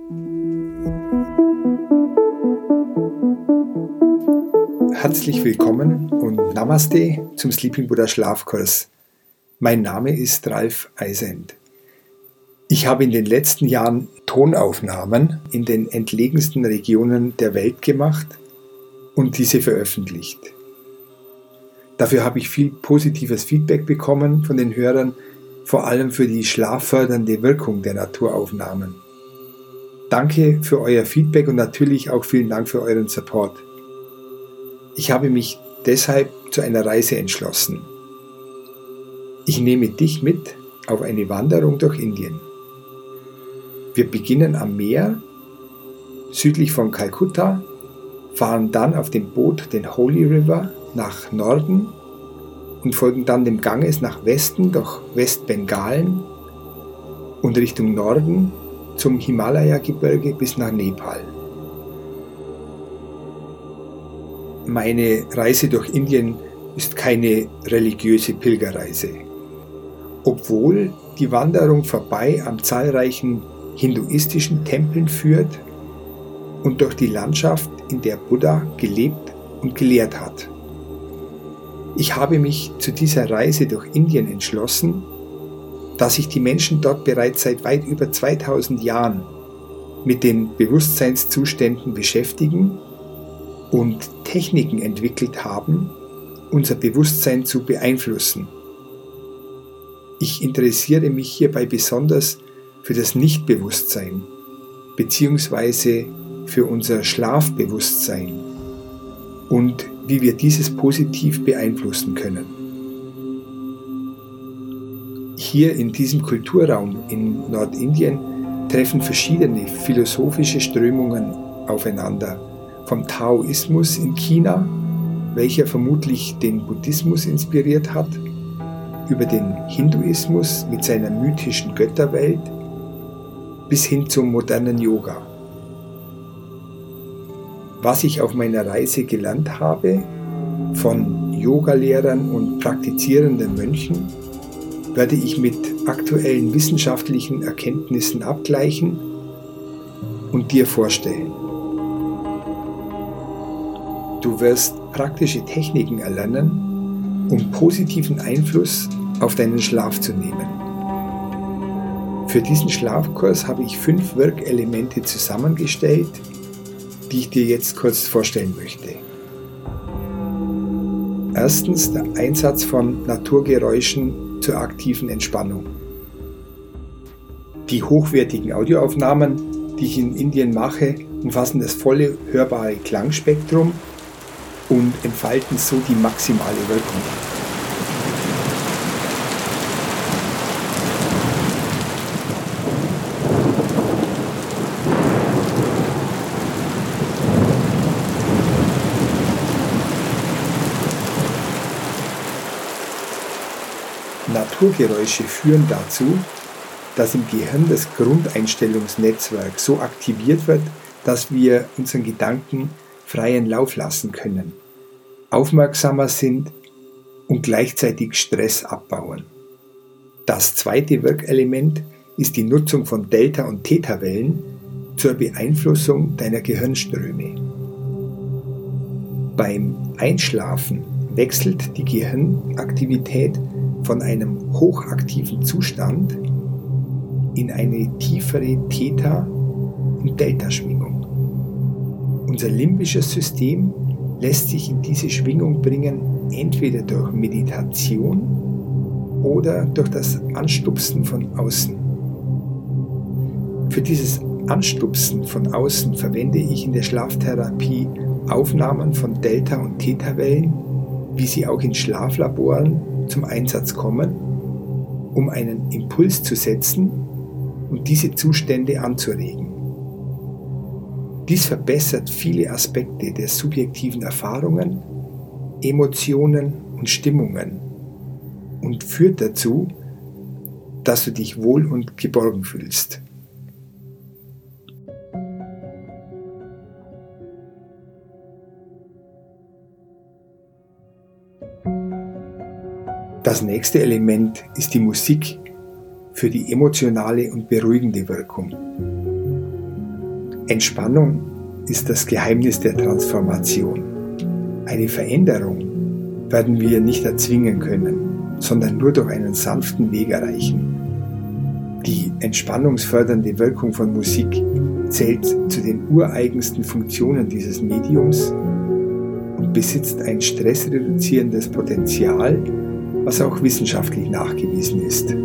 Herzlich willkommen und Namaste zum Sleeping Buddha Schlafkurs. Mein Name ist Ralf Eisend. Ich habe in den letzten Jahren Tonaufnahmen in den entlegensten Regionen der Welt gemacht und diese veröffentlicht. Dafür habe ich viel positives Feedback bekommen von den Hörern, vor allem für die schlaffördernde Wirkung der Naturaufnahmen. Danke für euer Feedback und natürlich auch vielen Dank für euren Support. Ich habe mich deshalb zu einer Reise entschlossen. Ich nehme dich mit auf eine Wanderung durch Indien. Wir beginnen am Meer, südlich von Kalkutta, fahren dann auf dem Boot den Holy River nach Norden und folgen dann dem Ganges nach Westen durch Westbengalen und Richtung Norden zum Himalaya-Gebirge bis nach Nepal. Meine Reise durch Indien ist keine religiöse Pilgerreise. Obwohl die Wanderung vorbei an zahlreichen hinduistischen Tempeln führt und durch die Landschaft, in der Buddha gelebt und gelehrt hat. Ich habe mich zu dieser Reise durch Indien entschlossen, da sich die Menschen dort bereits seit weit über 2000 Jahren mit den Bewusstseinszuständen beschäftigen und Techniken entwickelt haben, unser Bewusstsein zu beeinflussen. Ich interessiere mich hierbei besonders für das Nichtbewusstsein bzw. für unser Schlafbewusstsein und wie wir dieses positiv beeinflussen können. Hier in diesem Kulturraum in Nordindien treffen verschiedene philosophische Strömungen aufeinander. Vom Taoismus in China, welcher vermutlich den Buddhismus inspiriert hat, über den Hinduismus mit seiner mythischen Götterwelt bis hin zum modernen Yoga. Was ich auf meiner Reise gelernt habe, von Yogalehrern und praktizierenden Mönchen, werde ich mit aktuellen wissenschaftlichen Erkenntnissen abgleichen und dir vorstellen. Du wirst praktische Techniken erlernen, um positiven Einfluss auf deinen Schlaf zu nehmen. Für diesen Schlafkurs habe ich 5 Wirkelemente zusammengestellt, die ich dir jetzt kurz vorstellen möchte. Erstens der Einsatz von Naturgeräuschen zur aktiven Entspannung. Die hochwertigen Audioaufnahmen, die ich in Indien mache, umfassen das volle hörbare Klangspektrum und entfalten so die maximale Wirkung. Naturgeräusche führen dazu, dass im Gehirn das Grundeinstellungsnetzwerk so aktiviert wird, dass wir unseren Gedanken freien Lauf lassen können, aufmerksamer sind und gleichzeitig Stress abbauen. Das zweite Wirkelement ist die Nutzung von Delta- und Theta-Wellen zur Beeinflussung deiner Gehirnströme. Beim Einschlafen wechselt die Gehirnaktivität von einem hochaktiven Zustand in eine tiefere Theta- und Delta-Schwingung. Unser limbisches System lässt sich in diese Schwingung bringen, entweder durch Meditation oder durch das Anstupsen von außen. Für dieses Anstupsen von außen verwende ich in der Schlaftherapie Aufnahmen von Delta- und Theta-Wellen, wie sie auch in Schlaflaboren zum Einsatz kommen, um einen Impuls zu setzen und diese Zustände anzuregen. Dies verbessert viele Aspekte der subjektiven Erfahrungen, Emotionen und Stimmungen und führt dazu, dass du dich wohl und geborgen fühlst. Das nächste Element ist die Musik für die emotionale und beruhigende Wirkung. Entspannung ist das Geheimnis der Transformation. Eine Veränderung werden wir nicht erzwingen können, sondern nur durch einen sanften Weg erreichen. Die entspannungsfördernde Wirkung von Musik zählt zu den ureigensten Funktionen dieses Mediums und besitzt ein stressreduzierendes Potenzial, was auch wissenschaftlich nachgewiesen ist.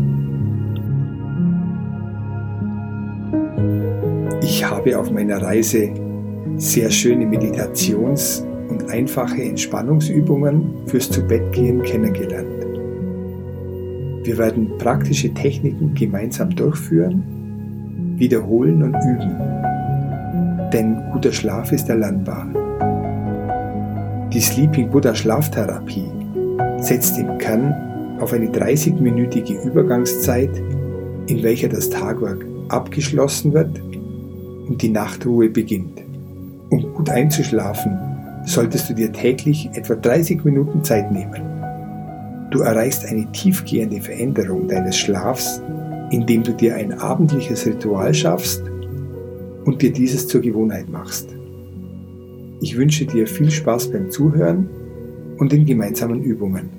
Ich habe auf meiner Reise sehr schöne Meditations- und einfache Entspannungsübungen fürs Zubettgehen kennengelernt. Wir werden praktische Techniken gemeinsam durchführen, wiederholen und üben, denn guter Schlaf ist erlernbar. Die Sleeping Buddha Schlaftherapie setzt im Kern auf eine 30-minütige Übergangszeit, in welcher das Tagwerk abgeschlossen wird und die Nachtruhe beginnt. Um gut einzuschlafen, solltest du dir täglich etwa 30 Minuten Zeit nehmen. Du erreichst eine tiefgehende Veränderung deines Schlafs, indem du dir ein abendliches Ritual schaffst und dir dieses zur Gewohnheit machst. Ich wünsche dir viel Spaß beim Zuhören und den gemeinsamen Übungen.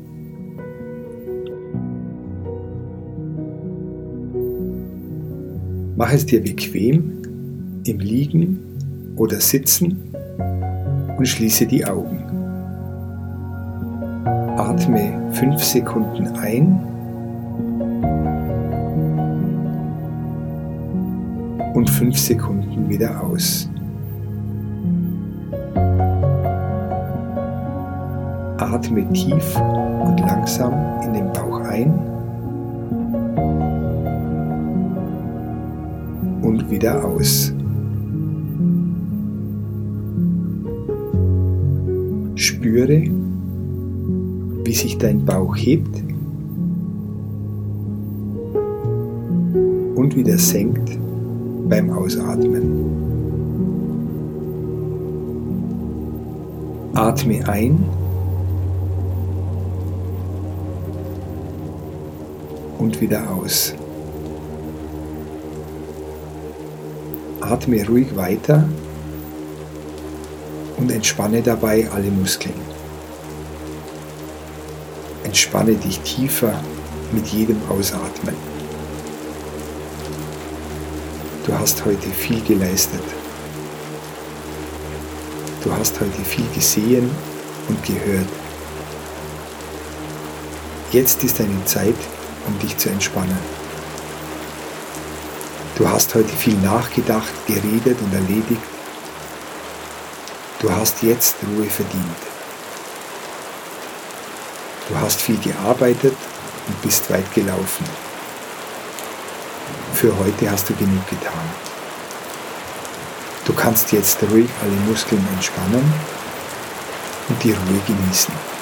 Mach es dir bequem, im Liegen oder Sitzen und schließe die Augen. Atme 5 Sekunden ein und 5 Sekunden wieder aus. Atme tief und langsam in den Bauch ein und wieder aus. Spüre, wie sich dein Bauch hebt und wieder senkt beim Ausatmen. Atme ein und wieder aus. Atme ruhig weiter und entspanne dabei alle Muskeln. Entspanne dich tiefer mit jedem Ausatmen. Du hast heute viel geleistet. Du hast heute viel gesehen und gehört. Jetzt ist deine Zeit, um dich zu entspannen. Du hast heute viel nachgedacht, geredet und erledigt. Du hast jetzt Ruhe verdient. Du hast viel gearbeitet und bist weit gelaufen. Für heute hast du genug getan. Du kannst jetzt ruhig alle Muskeln entspannen und die Ruhe genießen.